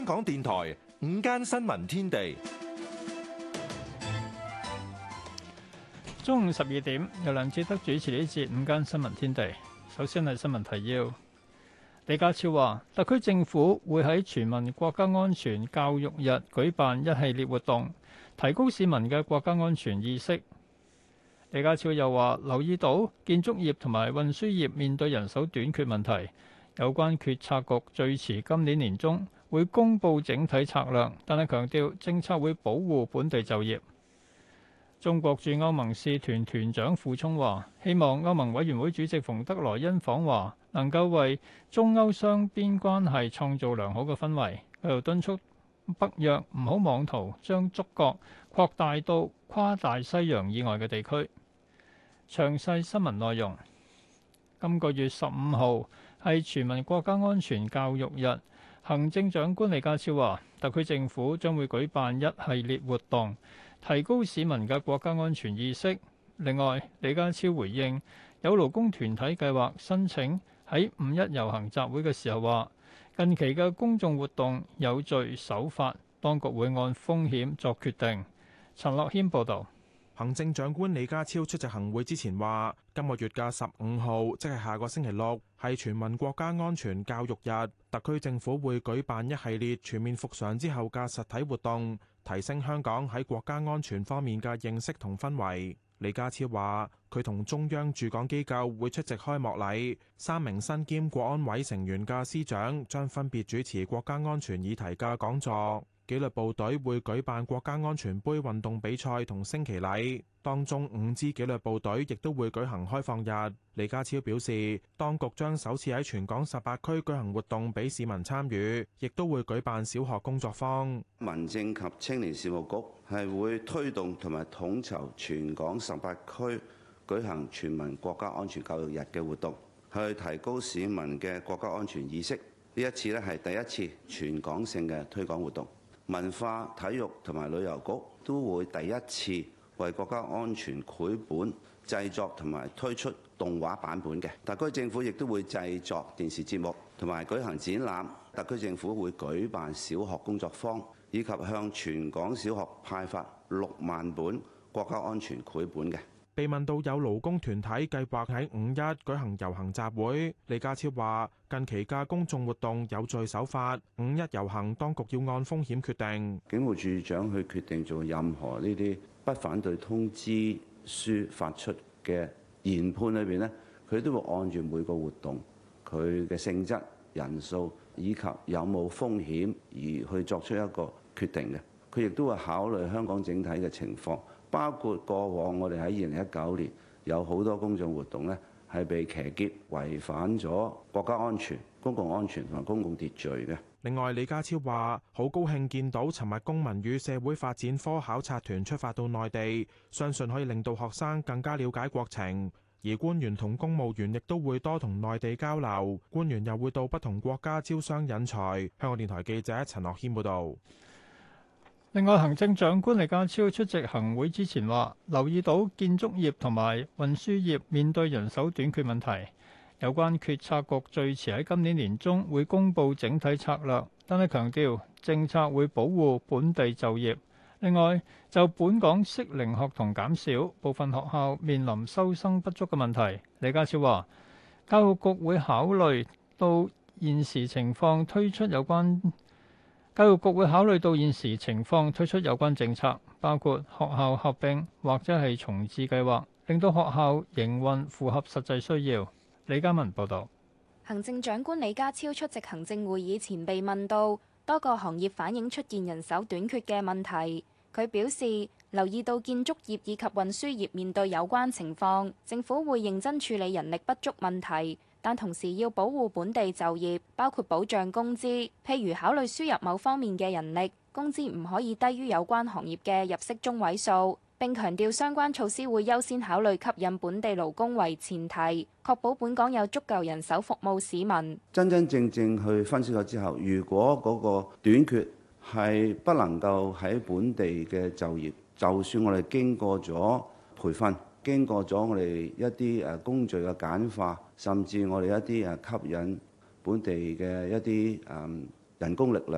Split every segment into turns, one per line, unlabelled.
港電台午間新聞天地，
中午12點，由梁志德主持呢節午間新聞天地。首先係新聞提要。李家超話，特區政府會喺全民國家安全教育日舉辦一系列活動，提高市民嘅國家安全意識。李家超又話，留意到建築業同埋運輸業面對人手短缺問題，有關決策局最遲今年年中會公布整體策略，但係強調政策會保護本地就業。中國駐歐盟使團團長傅聰話，希望歐盟委員會主席馮德萊恩訪華能夠為中歐雙邊關係創造良好嘅氛圍。佢又敦促北約唔好妄圖將觸角擴大到跨大西洋以外嘅地區。詳細新聞內容。今個月15號係全民國家安全教育日，行政長官李家超話，特區政府將會舉辦一系列活動，提高市民嘅國家安全意識。另外，李家超回應有勞工團體計劃申請喺5·1遊行集會嘅時候話，近期嘅公眾活動有序守法，當局會按風險作決定。陳樂軒報導。
行政長官李家超出席行會之前話，今個月嘅15號，即係下個星期六，係全民國家安全教育日，特區政府會舉辦一系列全面復常之後嘅實體活動，提升香港喺國家安全方面嘅認識同氛圍。李家超話，佢同中央駐港機構會出席開幕禮，3名身兼國安委成員嘅司長將分別主持國家安全議題嘅講座。紀律部隊會舉辦國家安全杯運動比賽同升旗禮，當中5支紀律部隊亦都會舉行開放日。李家超表示，當局將首次喺全港18區舉行活動俾市民參與，亦都會舉辦小學工作坊。
民政及青年事務局係會推動同埋統籌全港18區舉行全民國家安全教育日嘅活動，去提高市民嘅國家安全意識。呢一次咧係第一次全港性嘅推廣活動。文化、體育同埋旅遊局都會第一次為國家安全繪本製作同埋推出動畫版本嘅。特區政府亦都會製作電視節目同埋舉行展覽。特區政府會舉辦小學工作坊，以及向全港小學派發6萬本國家安全繪本嘅。
被問到有勞工團體計劃喺5·1舉行遊行集會，李家超話：近期嘅公眾活動有序守法，5·1遊行當局要按風險決定。
警務處長去決定做任何呢啲不反對通知書發出嘅研判裏邊呢，佢都會按住每個活動佢嘅性質、人數以及有冇風險而去作出一個決定嘅。佢亦都會考慮香港整體嘅情況。包括過往我哋喺2019年有好多公眾活動呢係被騎劫，違反咗國家安全、公共安全同埋公共秩序嘅。
另外，李家超話：好高興見到尋日公民與社會發展科考察團出發到內地，相信可以令到學生更加了解國情。而官員同公務員亦都會多同內地交流，官員又會到不同國家招商引才。香港電台記者陳樂軒報導。
另外，行政長官李家超出席行會之前話，留意到建築業同埋運輸業面對人手短缺問題，有關決策局最遲喺今年年中會公布整體策略，但係強調政策會保護本地就業。另外，就本港適齡學童減少，部分學校面臨收生不足嘅問題，李家超話，教育局會考慮到現時情況推出有關政策，包括學校合併或者係重置計劃，令到學校營運符合實際需要。李嘉文報導。
行政長官李家超出席行政會議前被問到多個行業反映出現人手短缺嘅問題，佢表示留意到建築業以及運輸業面對有關情況，政府會認真處理人力不足問題。但同時要保護本地就業，包括保障工資，譬如考慮輸入某方面嘅人力，工資唔可以低於有關行業嘅入息中位數。並強調相關措施會優先考慮吸引本地勞工為前提，確保本港有足夠人手服務市民。
真真正正去分析咗之後，如果嗰個短缺係不能夠喺本地嘅就業，就算我哋經過咗培訓，經過咗我哋一啲工序嘅簡化，甚至我哋一啲吸引本地嘅一啲人工力量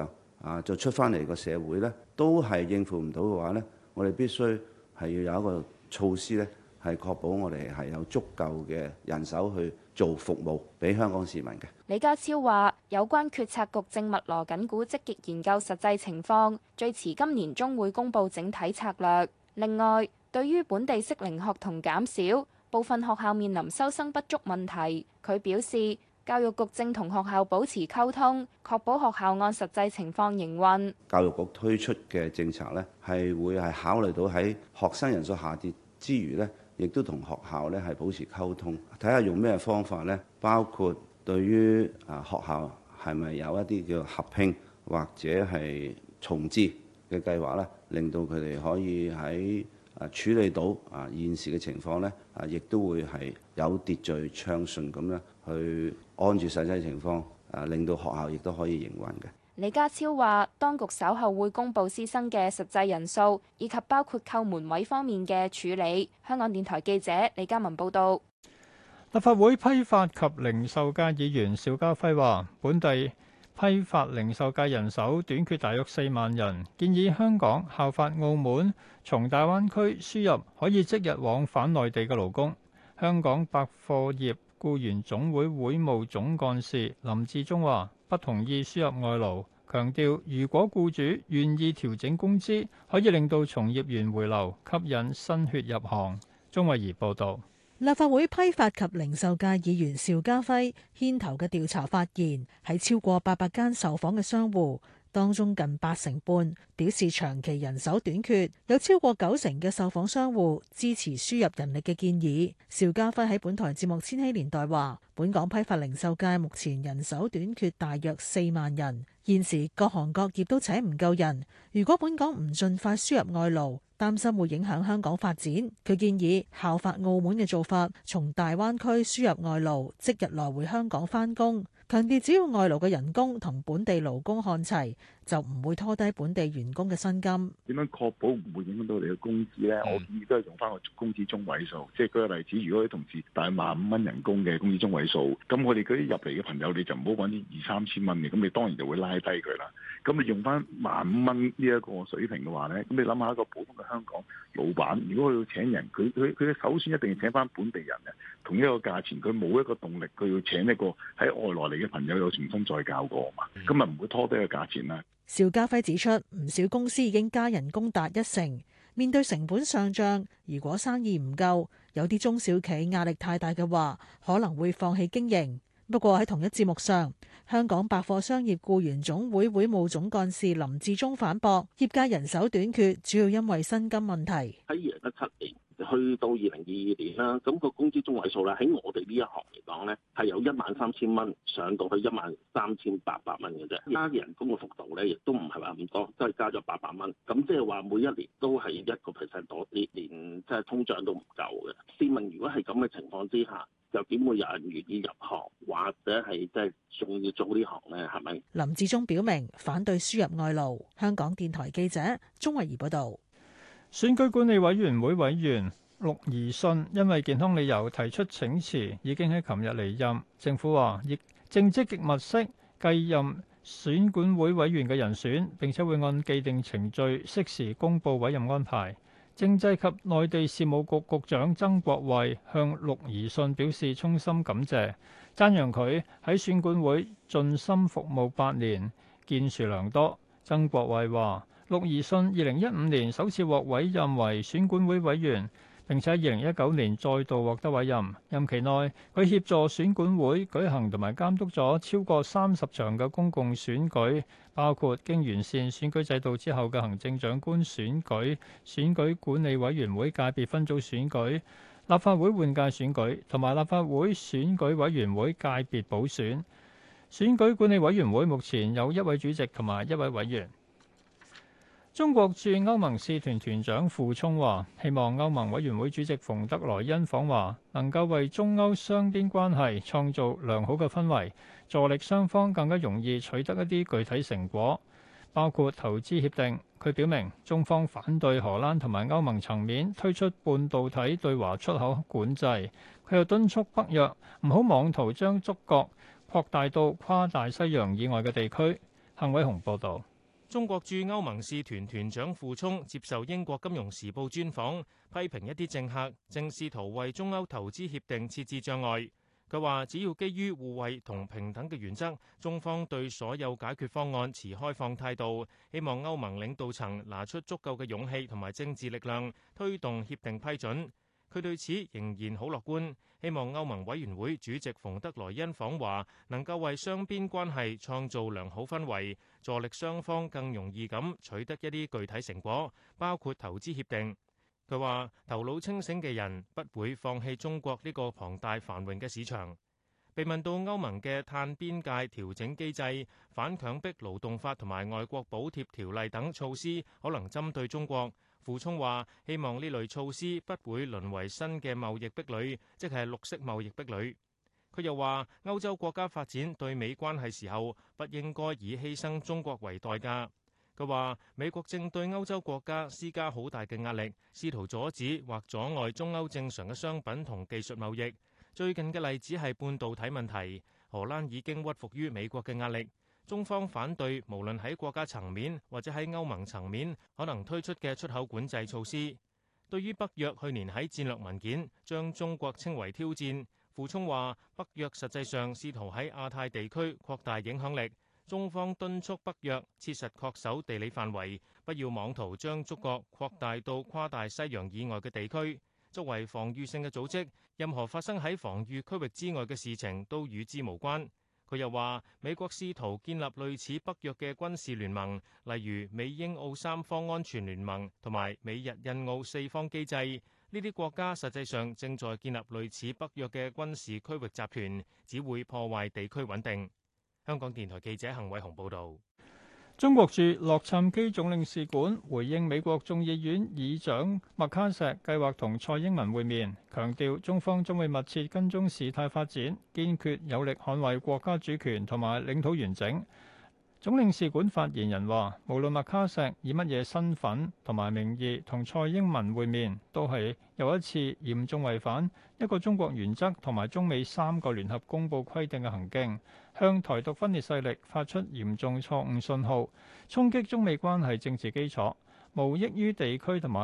就出翻嚟個社會咧，都係應付唔到嘅話咧，我哋必須係要有一個措施咧，係確保我哋係有足夠嘅人手去做服務俾香港市民嘅。
李家超話：有關決策局正密鑼緊鼓，積極研究實際情況，最遲今年中會公布整體策略。另外，對於本地適齡學童減少，部分學校面臨收生不足問題，佢表示，教育局正同學校保持溝通，確保學校按實際情況營運。
教育局推出嘅政策呢，係會係考慮到喺學生人數下跌之餘呢，亦都同學校呢係保持溝通，睇下用咩方法呢，包括對於學校係咪有一啲叫合併或者係重置嘅計劃呢，令到佢哋可以喺處理到現時嘅情況呢，亦都會係有秩序暢順咁樣去按住實際情況，令到學校亦都可以營運嘅。
李家超話，當局稍後會公布師生嘅實際人數，以及包括扣門位方面嘅處理。香港電台記者李嘉文報道。
立法會批發及零售界議員邵家輝話，本地批發零售界人手短缺大約4萬人，建議香港效法澳門，從大灣區輸入可以即日往返內地嘅勞工。香港百貨業僱員總會會務總幹事林志忠話：不同意輸入外勞，強調如果僱主願意調整工資，可以令到從業員回流，吸引新血入行。鍾慧儀報導。
立法會批發及零售界議員邵家輝牽頭嘅調查發現，喺超過800間受訪嘅商戶當中，近80%半表示長期人手短缺，有超過90%嘅受訪商戶支持輸入人力嘅建議。邵家輝喺本台節目《千禧年代》話，本港批發零售界目前人手短缺大約4萬人，現時各行各業都請唔夠人。如果本港唔盡快輸入外勞，擔心會影響香港發展。佢建議效法澳門嘅做法，從大灣區輸入外勞，即日來回香港返工。強調只要外勞嘅人工同本地勞工看齊，就唔會拖低本地員工嘅薪金。
點樣確保唔會影響到你嘅工資呢？我建議都係用翻個工資中位數。即係舉個例子，如果啲同事大15,000蚊人工嘅工資中位數，咁我哋嗰啲入嚟嘅朋友，你就唔好揾啲2-3千蚊嘅，咁你當然就會拉低佢啦。咁你用翻15,000蚊呢一個水平嘅話呢，咁你諗下一個普通嘅香港老闆，如果佢要請人，佢嘅首選一定要請翻本地人嘅，同一個價錢，佢冇一個動力，佢要請一個喺外來嚟嘅朋友又重新再教過嘛，咁咪唔會拖低個價錢啦。
邵家輝指出，唔少公司已經加人工達1成，面對成本上漲，如果生意唔夠，有啲中小企壓力太大嘅話，可能會放棄經營。不過喺同一節目上，香港百貨商業僱員總會會務總幹事林志忠反駁，業界人手短缺主要因為薪金問題。
喺2017年去到2022年啦，咁個工資中位數咧，喺我哋呢一行嚟講咧，係由13,000蚊上到去13,800蚊嘅啫。加人工嘅幅度咧，亦都唔係話咁多，都係加咗800蚊。咁即係話每一年都係1% 多啲，連即係通脹都唔夠嘅。試問如果係咁嘅情況之下，又點會有人願意入行，或者係即係仲要做呢行呢？係咪？
林志忠表明反對輸入外勞。香港電台記者鍾慧儀報導。
選舉管理委員會委員陸怡信因為健康理由提出請辭，已經喺琴日離任。政府話亦正積極物色繼任選管會委員嘅人選，並且會按既定程序適時公佈委任安排。政制及內地事務局局長曾國衛向陸怡信表示衷心感謝，讚揚佢喺選管會盡心服務8年，建樹良多。曾國衛話：陸怡信2015年首次獲委任為選管會委員，並且喺2019年再度獲得委任。任期內，佢協助選管會舉行同埋監督咗超過30場嘅公共選舉，包括經完善選舉制度之後嘅行政長官選舉、選舉管理委員會界別分組選舉、立法會換屆選舉同埋立法會選舉委員會界別補選。選舉管理委員會目前有1位主席同埋1位委員。中國駐歐盟使團團長傅聰話：希望歐盟委員會主席馮德萊恩訪華能夠為中歐雙邊關係創造良好嘅氛圍，助力雙方更加容易取得一啲具體成果，包括投資協定。佢表明中方反對荷蘭同埋歐盟層面推出半導體對華出口管制。佢又敦促北約唔好妄圖將觸角擴大到跨大西洋以外嘅地區。幸偉雄報導。
中國駐歐盟使團團長傅聰接受英國金融時報專訪，批評一啲政客正試圖為中歐投資協定設置障礙。佢話：只要基於互惠同平等嘅原則，中方對所有解決方案持開放態度，希望歐盟領導層拿出足夠嘅勇氣同埋政治力量，推動協定批准。佢對此仍然好樂觀，希望歐盟委員會主席馮德萊恩訪華能夠為雙邊關係創造良好氛圍，助力雙方更容易咁取得一啲具體成果，包括投資協定。佢話：頭腦清醒嘅人不會放棄中國呢個龐大繁榮嘅市場。被問到歐盟嘅碳邊界調整機制、反強迫勞動法同埋外國補貼條例等措施可能針對中國，傅聰話：希望呢類措施不會淪為新嘅貿易壁壘，即係綠色貿易壁壘。佢又話：歐洲國家發展對美關係時候，不應該以犧牲中國為代價。佢話：美國正對歐洲國家施加好大嘅壓力，試圖阻止或阻礙中歐正常嘅商品同技術貿易。最近嘅例子係半導體問題，荷蘭已經屈服於美國嘅壓力。中方反對無論喺國家層面或者喺歐盟層面可能推出嘅出口管制措施。對於北約去年喺戰略文件將中國稱為挑戰，傅聰話：北約實際上試圖喺亞太地區擴大影響力。中方敦促北約切實恪守地理範圍，不要妄圖將觸角擴大到跨大西洋以外嘅地區。作為防禦性嘅組織，任何發生喺防禦區域之外嘅事情都與之無關。佢又話：美國試圖建立類似北約嘅軍事聯盟，例如美英澳三方安全聯盟同埋美日印澳四方機制。呢啲國家實際上正在建立類似北約嘅軍事區域集團，只會破壞地區穩定。香港電台記者幸偉雄報導。
中國駐洛杉磯總領事館回應美國眾議院議長麥卡錫計劃同蔡英文會面，強調中方將會密切跟蹤事態發展，堅決有力捍衛國家主權同埋領土完整。總領事館發言人話：無論麥卡錫以乜嘢身份同埋名義同蔡英文會面，都係又一次嚴重違反一個中國原則同埋中美3個聯合公報規定嘅行徑，向台獨分裂勢力發出嚴重錯誤信號，衝擊中美關係政治基礎，無益於地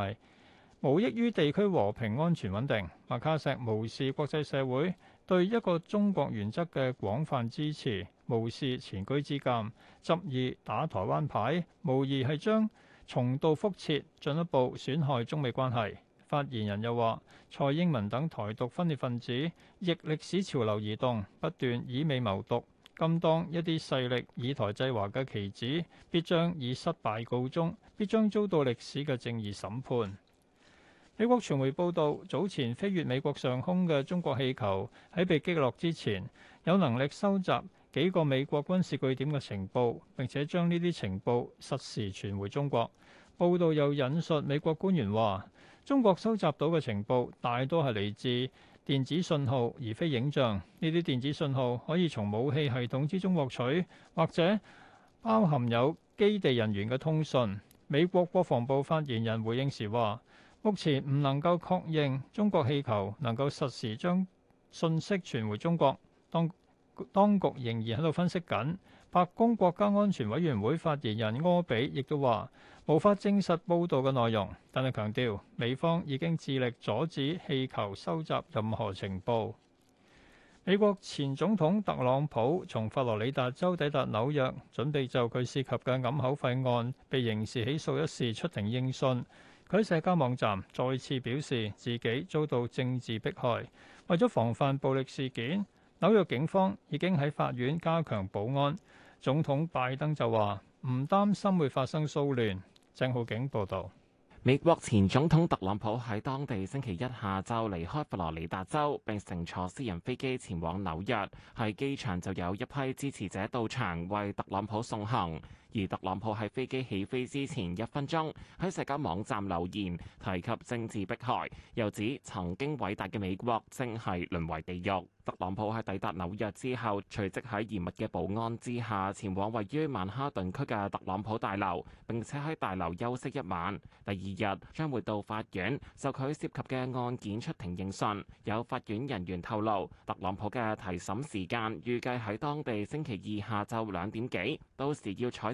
區和平安全穩定。麥卡錫無視國際社會對一個中國原則嘅廣泛支持，無視前車之鑑，執意打台灣牌，無疑係將重蹈覆轍，進一步損害中美關係。發言人又話：蔡英文等台獨分裂分子逆歷史潮流而動，不斷以美謀獨，甘當一啲勢力以台制華嘅棋子，必將以失敗告終，必將遭到歷史嘅正義審判。美國傳媒報道，早前飛越美國上空嘅中國氣球喺被擊落之前，有能力收集幾個美國軍事據點嘅情報，並且將呢啲情報實時傳回中國。報道又引述美國官員話，中國收集到嘅情報大多係嚟自電子信號，而非影像。呢啲電子信號可以從武器系統之中獲取，或者包含有基地人員嘅通訊。美國國防部發言人回應時話：目前唔能夠確認中國氣球能夠實時將信息傳回中國，當局仍然喺度分析緊。白宮國家安全委員會發言人柯比亦都話無法證實報道嘅內容，但係強調美方已經致力阻止氣球收集任何情報。美國前總統特朗普從佛羅里達州抵達紐約，準備就佢涉及嘅掩口費案被刑事起訴一事出庭應訊。佢喺社交網站再次表示自己遭到政治迫害，為咗防範暴力事件，紐約警方已經喺法院加強保安。總統拜登就話唔擔心會發生騷亂。鄭浩景報導。
美國前總統特朗普喺當地星期一下晝離開佛羅里達州，並乘坐私人飛機前往紐約。喺機場就有一批支持者到場為特朗普送行。而特朗普喺飛機起飛之前1分鐘喺社交網站留言，提及政治迫害，又指曾經偉大嘅美國正係淪為地獄。特朗普喺抵達紐約之後，隨即喺嚴密嘅保安之下前往位於曼哈頓區嘅特朗普大樓，並且喺大樓休息一晚。第二日將會到法院就佢涉及嘅案件出庭應訊。有法院人員透露，特朗普嘅提審時間預計喺當地星期二下晝2點幾，到時要採集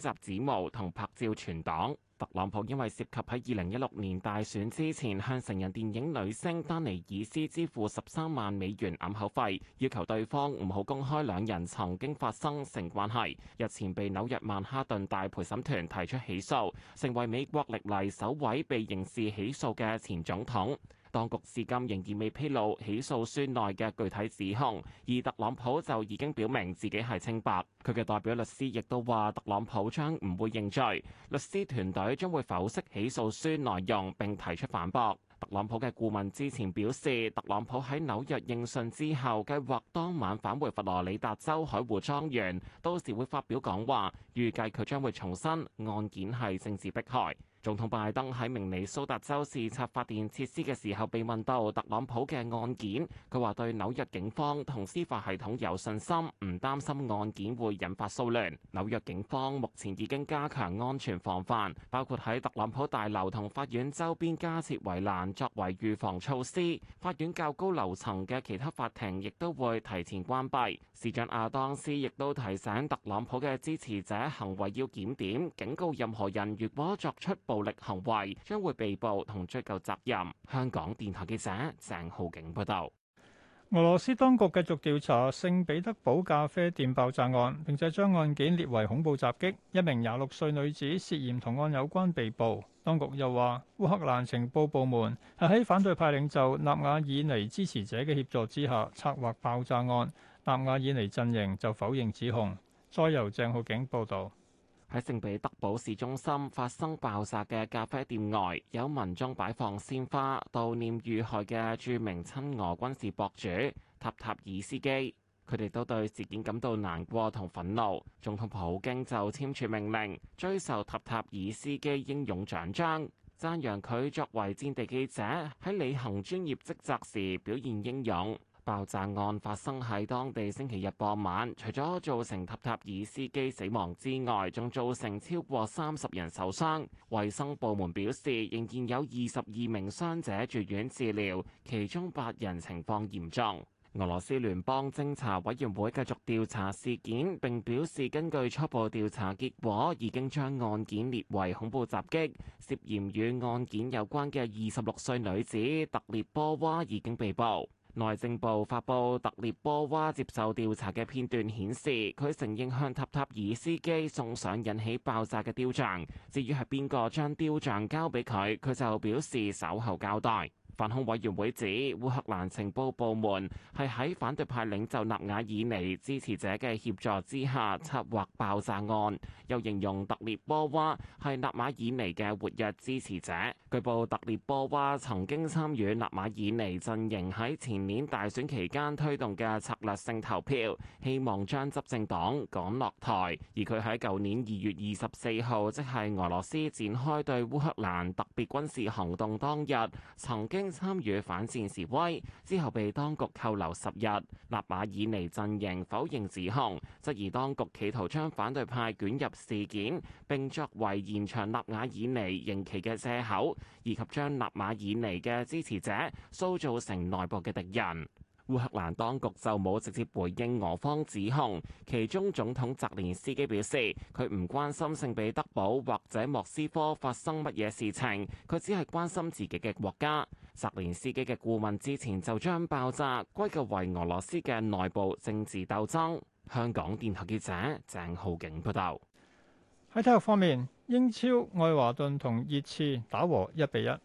集指模同拍照存檔。特朗普因為涉及喺2016年大選之前向成人電影女星丹尼爾斯支付13萬美元掩口費，要求對方唔好公開兩人曾經發生性關係，日前被紐約曼哈頓大陪審團提出起訴，成為美國歷來首位被刑事起訴嘅前總統。當局至今仍然未披露起訴書內嘅具體指控，而特朗普就已經表明自己係清白。佢嘅代表律師亦都話，特朗普將唔會認罪，律師團隊將會否釋起訴書內容並提出反駁。特朗普嘅顧問之前表示，特朗普喺紐約應訊之後，計劃當晚返回佛羅里達州海湖莊園，到時會發表講話，預計佢將會重申案件係政治迫害。總統拜登喺明尼蘇達州視察發電設施嘅時候，被問到特朗普嘅案件，佢話對紐約警方同司法系統有信心，唔擔心案件會引發騷亂。紐約警方目前已經加強安全防範，包括喺特朗普大樓同法院周邊加設圍欄作為預防措施。法院較高樓層嘅其他法庭亦都會提前關閉。市長亞當斯亦都提醒特朗普嘅支持者行為要檢點，警告任何人如果作出暴力行為將會被捕同追究責任。香港電台記者鄭浩景報道。
俄羅斯當局繼續調查聖彼得堡咖啡店爆炸案，並且將案件列為恐怖襲擊。一名26歲女子涉嫌同案有關被捕。當局又話，烏克蘭情報部門係喺反對派領袖納瓦爾尼支持者嘅協助之下策劃爆炸案。納瓦爾尼陣營就否認指控。再由鄭浩景報導。
喺聖彼得堡市中心發生爆炸嘅咖啡店外，有民眾擺放鮮花悼念遇害嘅著名親俄軍事博主塔塔爾斯基。佢哋都對事件感到難過同憤怒。總統普京就簽署命令追授塔塔爾斯基英勇獎章，讚揚佢作為戰地記者喺履行專業職責時表現英勇。爆炸案發生喺當地星期日傍晚，除咗造成塔塔爾斯基死亡之外，仲造成超過30人受傷。衛生部門表示，仍然有22名傷者住院治療，其中8人情況嚴重。俄羅斯聯邦偵查委員會繼續調查事件，並表示根據初步調查結果，已經將案件列為恐怖襲擊。涉嫌與案件有關嘅26歲女子特列波娃已經被捕。內政部發布特列波娃接受調查嘅片段顯示，佢承認向塔塔爾斯基送上引起爆炸嘅雕像。至於係邊個將雕像交俾佢，佢就表示稍後交代。反恐委員會指，烏克蘭情報部門係喺反對派領袖納瓦爾尼支持者嘅協助之下策劃爆炸案，又形容特列波娃係納瓦爾尼嘅活躍支持者。據報，特列波娃曾經參與納瓦爾尼陣營喺前年大選期間推動嘅策略性投票，希望將執政黨趕落台。而佢喺舊年2月24號，即係俄羅斯展開對烏克蘭特別軍事行動當日，曾經參與反戰示威，之後被當局扣留10日。納瓦爾尼陣營否認指控，質疑當局企圖將反對派捲入事件，並作為延長納瓦爾尼刑期嘅藉口，以及將納瓦爾尼嘅支持者塑造成內部嘅敵人。烏克蘭當局就冇直接回應俄方指控，其中總統澤連斯基表示，佢唔關心聖彼得堡或者莫斯科發生乜嘢事情，佢只係關心自己嘅國家。澤連斯基嘅顧問之前就將爆炸歸咎為俄羅斯嘅內部政治鬥爭。香港電台記者鄭浩景報道。
喺體育方面，英超愛華頓同熱刺打和1-1。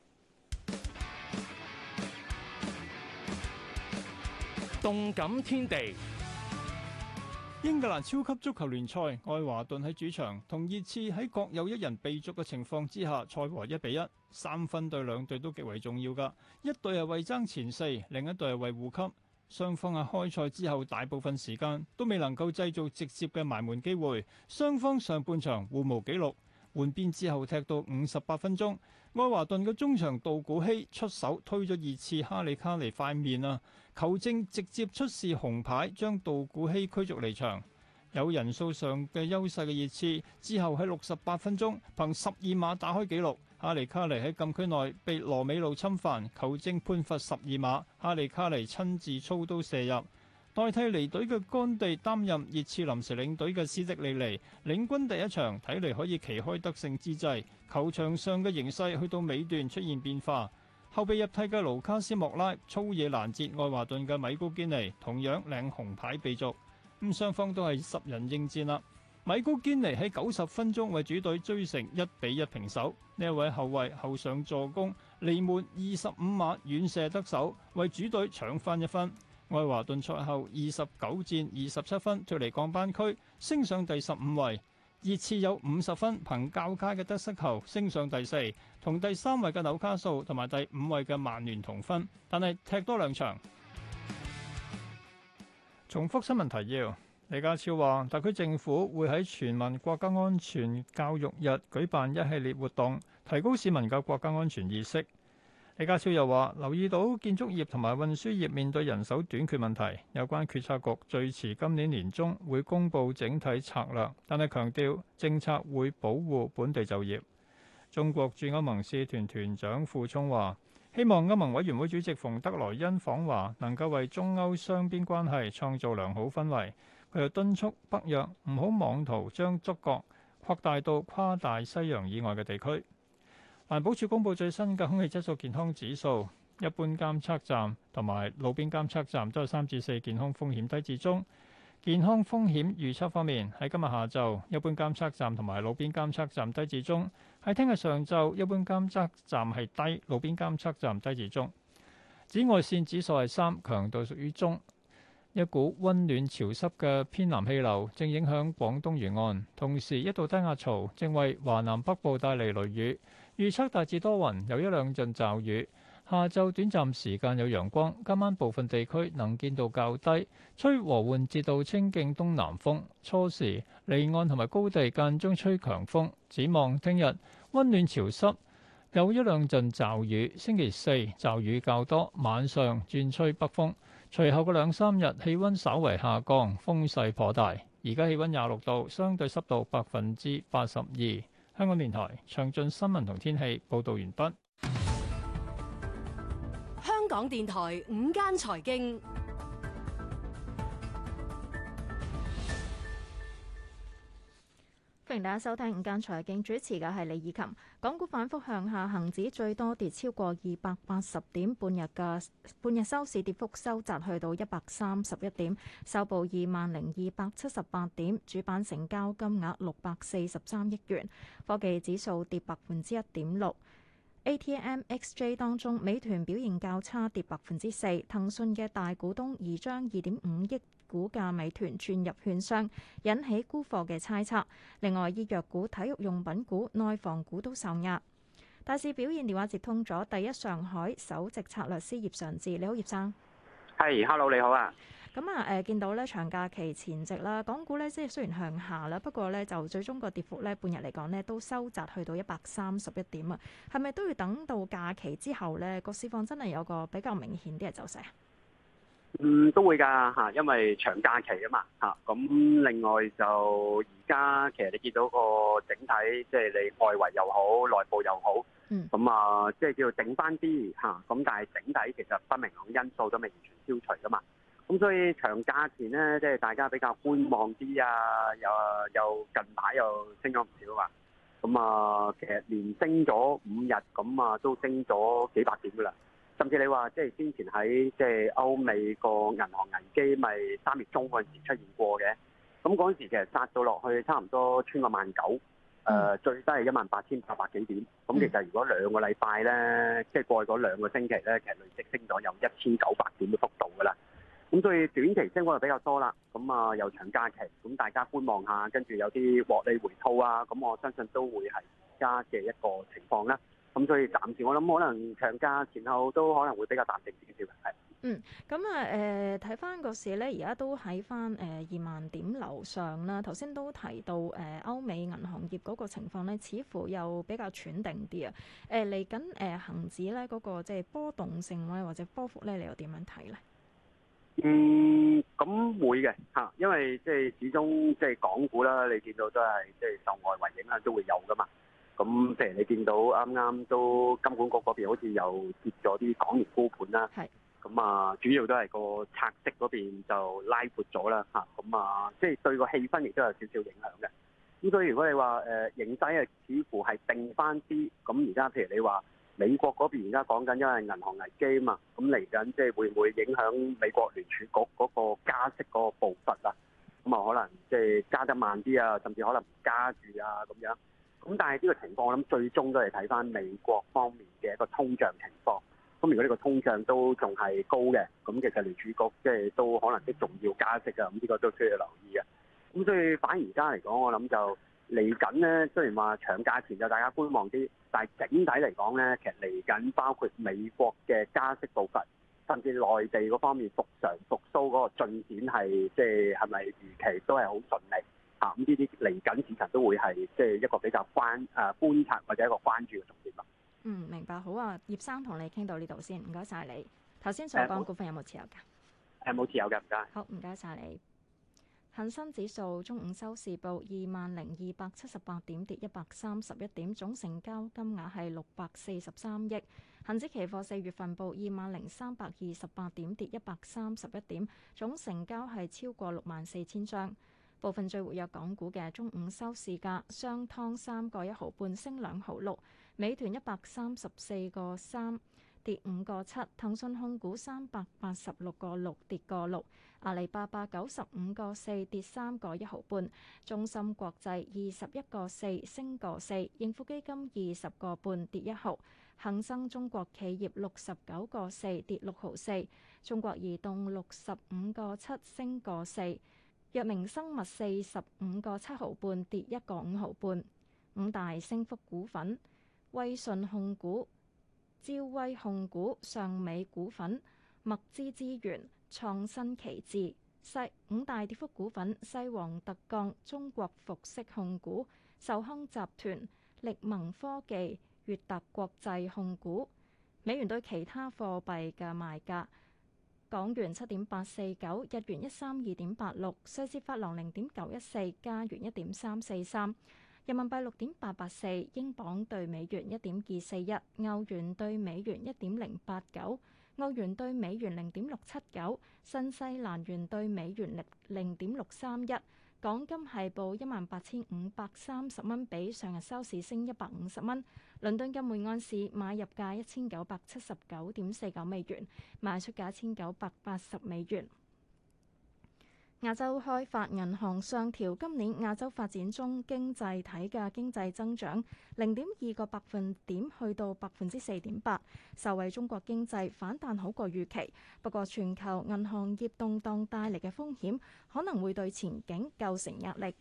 動感天地，
英格蘭超級足球聯賽，愛華頓喺主場同熱刺喺各有一人被逐嘅情況之下賽和1-1。3分對兩隊都極為重要㗎，一隊係為爭前4，另一隊係為護級。雙方喺開賽之後大部分時間都未能夠製造直接嘅埋門機會，雙方上半場互無紀錄。換邊之後踢到58分鐘，愛華頓嘅中場杜古希出手推咗熱刺哈利卡尼塊面啊！球證直接出示紅牌，將杜古希驅逐離場。有人數上嘅優勢嘅熱刺之後喺68分鐘憑12碼打開紀錄，哈利卡尼喺禁區內被羅美路侵犯，球證判罰12碼，哈利卡尼親自操刀射入。 代替離隊嘅干地擔任熱刺臨時領隊嘅斯迪利尼領軍第一場，睇嚟可以旗開得勝之際，球場上嘅形勢去到尾段出現變化。後備入替嘅盧卡斯莫拉粗野攔截愛華頓嘅米高堅尼，同樣領紅牌被逐。咁雙方都係10人應戰啦。米高堅尼喺90分鐘為主隊追成1-1平手。呢一位後衛後上助攻，離門25碼遠射得手，為主隊搶翻1分。愛華頓賽後29戰27分脫離降班區，升上第15位。熱刺有50分，憑較佳嘅得失球升上第4，同第3位嘅紐卡素同埋第5位嘅曼聯同分，但係踢多2場。重複新聞提要：李家超話，特區政府會喺全民國家安全教育日舉辦一系列活動，提高市民嘅國家安全意識。李家超又話，留意到建築業同埋運輸業面對人手短缺問題，有關決策局最遲今年年中會公布整體策略，但係強調政策會保護本地就業。中國駐歐盟使團團長傅聰話，希望歐盟委員會主席馮德萊恩訪華能夠為中歐雙邊關係創造良好氛圍。佢又敦促北約唔好妄圖將觸角擴大到跨大西洋以外嘅地區。環保署公布最新嘅空氣質素健康指數，一般監測站同埋路邊監測站都係3至4，健康風險低至中。健康風險預測方面，喺今日下晝，一般監測站同埋路邊監測站低至中；喺聽日上晝，一般監測站係低，路邊監測站低至中。紫外線指數係3，強度屬於中。一股溫暖潮濕嘅偏南氣流正影響廣東沿岸，同時一道低壓槽正為華南北部帶嚟雷雨。預測大致多雲，有1-2陣驟雨。下晝短暫時間有陽光，今晚部分地區能見度較低，吹和緩至到清勁東南風。初時離岸同埋高地間中吹強風。展望聽日溫暖潮濕，有1-2陣驟雨。星期4驟雨較多，晚上轉吹北風。隨後嘅2-3日氣溫稍為下降，風勢頗大。而家氣溫26度，相對濕度82%。香港電台詳盡新聞同天氣報導完畢。
香港電台午間財經，
歡迎大家收聽午間財經，主持嘅係李以琴。港股反覆向下，恒指最多跌超過280點，半日收市跌幅收窄去到131點，收報20,278點，主板成交金額643億元。科技指數跌1.6%。ATMXJ 當中，美團表現較差，跌4%。騰訊嘅大股東擬將2.5億股價美團轉入券商，引起沽貨嘅猜測。另外，醫藥股、體育用品股、內房股都受壓。大市表現，電話接通咗第一上海首席策略師葉尚志。你好，葉生。
係，hello，你好啊。
咁啊，見到咧長假期前夕啦，港股咧即係雖然向下啦，不過咧就最終個跌幅咧半日嚟講咧都收窄去到131點啊。係咪都要等到假期之後咧個市況真係有個比較明顯啲嘅走勢啊？
都會㗎嚇，因為長假期啊嘛嚇。咁另外就而家其實你見到個整體，即係你外圍又好，內部又好，咁啊即係叫做整翻啲嚇。咁但係整體其實不明朗因素都未完全消除㗎嘛。咁所以長假前咧，即係大家比較觀望啲啊，又近排又升咗唔少啊。咁啊，其實連升咗5日，咁啊都升咗幾百點㗎啦。甚至你話即係先前喺即係歐美個銀行危機，咪3月中嗰陣時出現過嘅。咁嗰陣時其實殺到落去差唔多穿個19000，最低係18,800幾點。咁其實如果2個禮拜咧，即係過去嗰2個星期咧，其實累積升咗有1900點嘅幅度㗎啦。咁所以短期升幅就比較多啦。咁啊又長假期，咁大家觀望下，跟住有啲獲利回吐啊，咁我相信都會係而家嘅一個情況啦。咁所以暫時我諗可能長假前後都可能會比較淡定少少嘅，係。
咁啊睇翻個市咧，而家都喺翻2萬點樓上啦。頭先都提到歐美銀行業嗰個情況咧，似乎又比較喘定啲啊。嚟緊恆指咧嗰個即係波動性咧或者波幅咧，你又點樣睇咧？
咁會嘅嚇，因為即係始終即係港股啦，你見到都係即係受外圍影響都會有噶嘛。咁譬如你見到啱啱都金管局嗰邊好似又跌咗啲港元沽盤啦。係。 咁主要都係個拆息嗰邊就拉闊咗啦嚇，咁即係對個氣氛亦都有少少影響嘅。咁所以如果你話形勢似乎係定翻啲，咁而家譬如你話美國嗰邊而家講緊因為銀行危機啊嘛，咁嚟緊即係會唔會影響美國聯儲局嗰個加息嗰個步伐啊？咁可能即係加得慢啲啊，甚至可能唔加住啊咁樣。咁但係呢個情況，我諗最終都係睇翻美國方面嘅一個通脹情況。咁如果呢個通脹都仲係高嘅，咁其實聯儲局即係都可能都仲要加息啊。咁呢個都需要留意嘅。咁所以反而而家嚟講，我諗就嚟緊呢，雖然話長假前就大家觀望啲，但係整體嚟講呢，其實嚟緊包括美國嘅加息步伐，甚至內地嗰方面復蘇嗰個進展係即係咪預期都係好順利。咁呢啲嚟緊市場都會係即係一個比較觀察或者一個關注嘅重點咯。
明白。好啊，葉生同你傾到呢度先，唔該晒你。頭先所講股份有冇持有㗎？
冇持有嘅，唔該。
好，唔該晒你。恒生指數中午收市報20,278點，跌131點，總成交金額係643億。恒指期貨4月份報20,328點，跌131點，總成交係超過64,000張。部分最活躍港股嘅中午收市價：商湯3個1毫半升2毫6，美團134個3跌5個7，騰訊控股386個6跌個6，阿里巴巴95個4跌3個1毫半，中芯國際21個4升個4，盈富基金20個半跌1毫，恒生中國企業69個4跌6毫4，中國移動65個7升個4。藥明生物45個7毫半跌1個5毫半。五大升幅股份：威信控股、招威控股、上美股份、麥芝資源、創新奇智。五大跌幅股份：西王特鋼、中國服飾控股、壽康集團、力盟科技、粵達國際控股。美元對其他貨幣嘅賣價。港元7.849，日元132.86，瑞士法郎0.914，加元1.343，人民幣6.884，英鎊對美元1.241，歐元對美元1.089，澳元對美元0.679，新西蘭元對美元0.631。港金係報18,530蚊，比上日收市升150蚊。倫敦金每盎司買入價1979.49美元，賣出價1980美元。亞洲開發銀行上調今年亞洲發展中經濟體嘅經濟增長0.2個百分點，去到4.8%，受惠中國經濟反彈好過預期。不過，全球銀行業動盪帶嚟嘅風險可能會對前景構成壓力。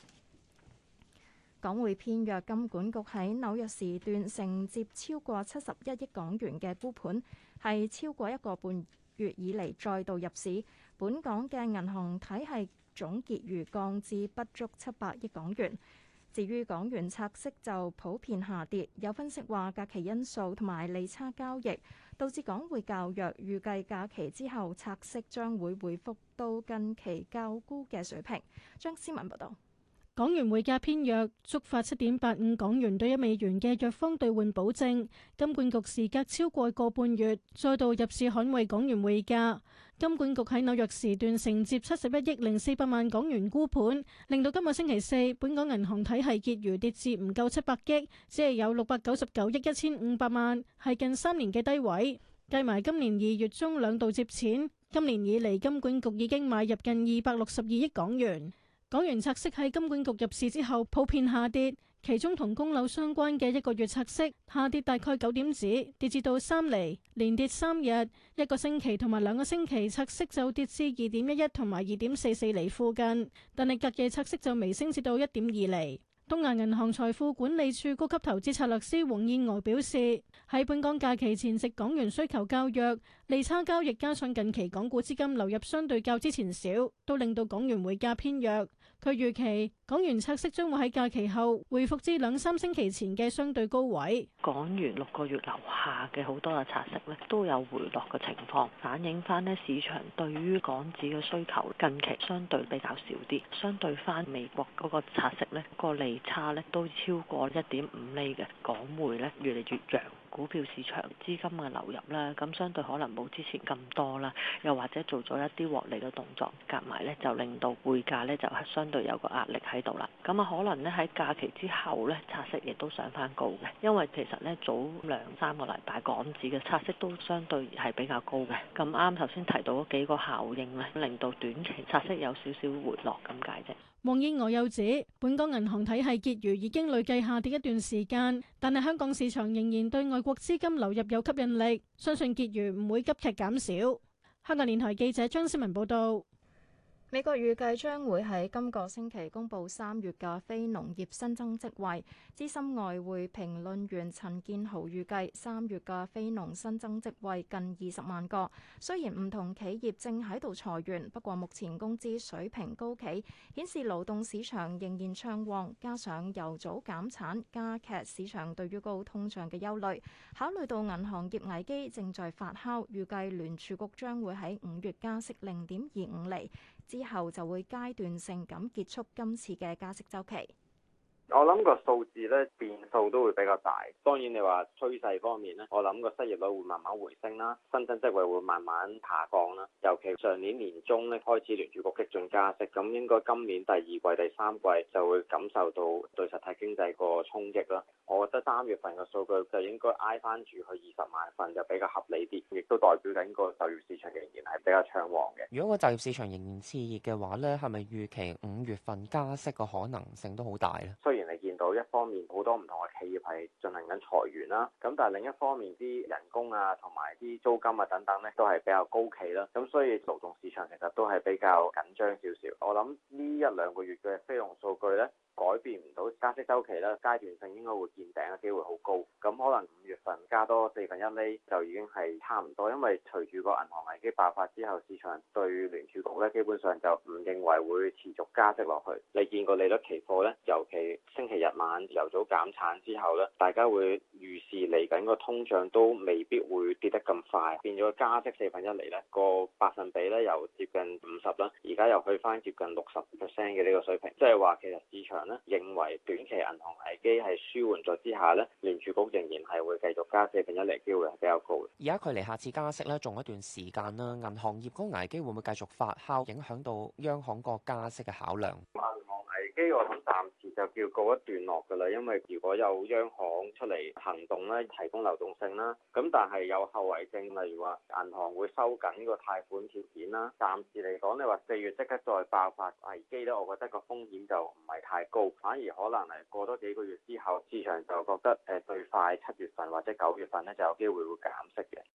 港匯偏弱，金管局喺紐約時段承接超過71億港元嘅沽盤，係超過1個半月以嚟再度入市。本港嘅銀行體系總結餘降至不足700億港元。至於港元拆息就普遍下跌，有分析話假期因素同埋利差交易導致港匯較弱，預計假期之後拆息將會回復到近期較高嘅水平。張思文報道。
港元匯價偏弱，觸發7.85港元對1美元嘅弱方兌換保證。金管局時隔超過個半月，再度入市捍衛港元匯價。金管局喺紐約時段承接71億0400萬港元沽盤，令到今個星期四本港銀行體系結餘跌至唔夠700億，只係有699億1500萬，係近3年嘅低位。計埋今年2月中2度接錢，今年以嚟金管局已經買入近262億港元。港元拆息喺金管局入市之後普遍下跌，其中同供樓相關嘅1個月拆息下跌大概9點子，跌至到3厘，連跌3日。1個星期同埋2個星期拆息就跌至2.11同埋2.44厘附近，但係隔夜拆息就微升至到1.2厘。東亞銀行財富管理處高級投資策略師黃燕娥表示，喺本港假期前夕港元需求較弱，利差交易加上近期港股資金流入相對較之前少，都令到港元匯價偏弱。佢預期港元拆息將會喺假期後回復至2-3星期前嘅相對高位。
港元6個月樓下嘅好多嘅拆息咧都有回落嘅情況，反映翻呢市場對於港紙嘅需求近期相對比較少啲，相對翻美國嗰個拆息咧個利差咧都超過1.5厘嘅，港匯咧越嚟越弱。股票市場資金嘅流入啦，咁相對可能冇之前咁多啦，又或者做咗一啲獲利嘅動作，夾埋咧就令到匯價咧就係相對有個壓力喺度啦。咁啊，可能咧喺假期之後咧，拆息亦都上翻高嘅，因為其實咧早2-3個禮拜港紙嘅拆息都相對係比較高嘅。咁啱頭先提到嗰幾個效應咧，令到短期拆息有少少回落咁解啫。
黃燕娥又指，本港銀行體系結餘已經累計下跌一段時間，但係香港市場仍然對外國資金流入有吸引力，相信結餘唔會急劇減少。香港電台記者張思文報道。
美國預計將會喺今個星期公布3月嘅非農業新增職位。資深外匯評論員陳建豪預計3月嘅非農新增職位近20萬個。雖然唔同企業正喺度裁員，不過目前工資水平高企，顯示勞動市場仍然暢旺。加上油組減產，加劇市場對於高通脹嘅憂慮。考慮到銀行業危機正在發酵，預計聯儲局將會喺5月加息0.25厘。之後就會階段性咁結束今次嘅加息週期。
我諗個數字咧變數都會比較大，當然你話趨勢方面咧，我諗個失業率會慢慢回升啦，新增職位會慢慢下降啦。尤其上年年中咧開始聯儲局激進加息，咁應該今年第2季、第3季就會感受到對實體經濟個衝擊啦。我覺得3月份嘅數據就應該挨翻住去20萬份就比較合理啲，亦都代表緊個就業市場仍然係比較暢旺嘅。
如果個就業市場仍然熾熱嘅話咧，係咪預期5月份加息個可能性都好大咧？
雖然你見到一方面好多唔同嘅企業係進行緊裁員啦，咁但係另一方面啲人工啊同埋啲租金啊等等咧都係比較高企啦，咁所以勞動市場其實都係比較緊張少少。我諗呢1-2個月嘅非農數據咧改變唔到加息週期啦，階段性應該會見頂嘅機會好高。咁可能5月份加多1/4厘就已經係差唔多，因為隨住個銀行危機爆發之後，市場對聯儲局咧基本上就唔認為會持續加息落去。你見過利率期貨咧，尤其星期日晚油組減產之後咧，大家會預示嚟緊個通脹都未必會跌得咁快，變咗加息1/4厘咧，個百分比咧由接近50啦，而家又去翻接近60% 嘅呢個水平，即係話其實市場認為短期銀行危機係舒緩咗之下咧，聯儲局仍然係會繼續加1/4厘，機會係比較高嘅。
而家距離下次加息咧，仲有一段時間啦。銀行業嗰個危機會唔會繼續發酵，影響到央行個加息嘅考量？
銀行危機我諗暫時就叫告一段落㗎啦，因為如果有央行出嚟行動咧，提供流動性啦，咁但係有後遺症，例如話銀行會收緊個貸款條件啦。暫時嚟講，你話4月即刻再爆發危機咧，我覺得個風險就唔係太高，反而可能係過多幾個月之後，市場就覺得最快7月份或者9月份咧就有機會會減息嘅。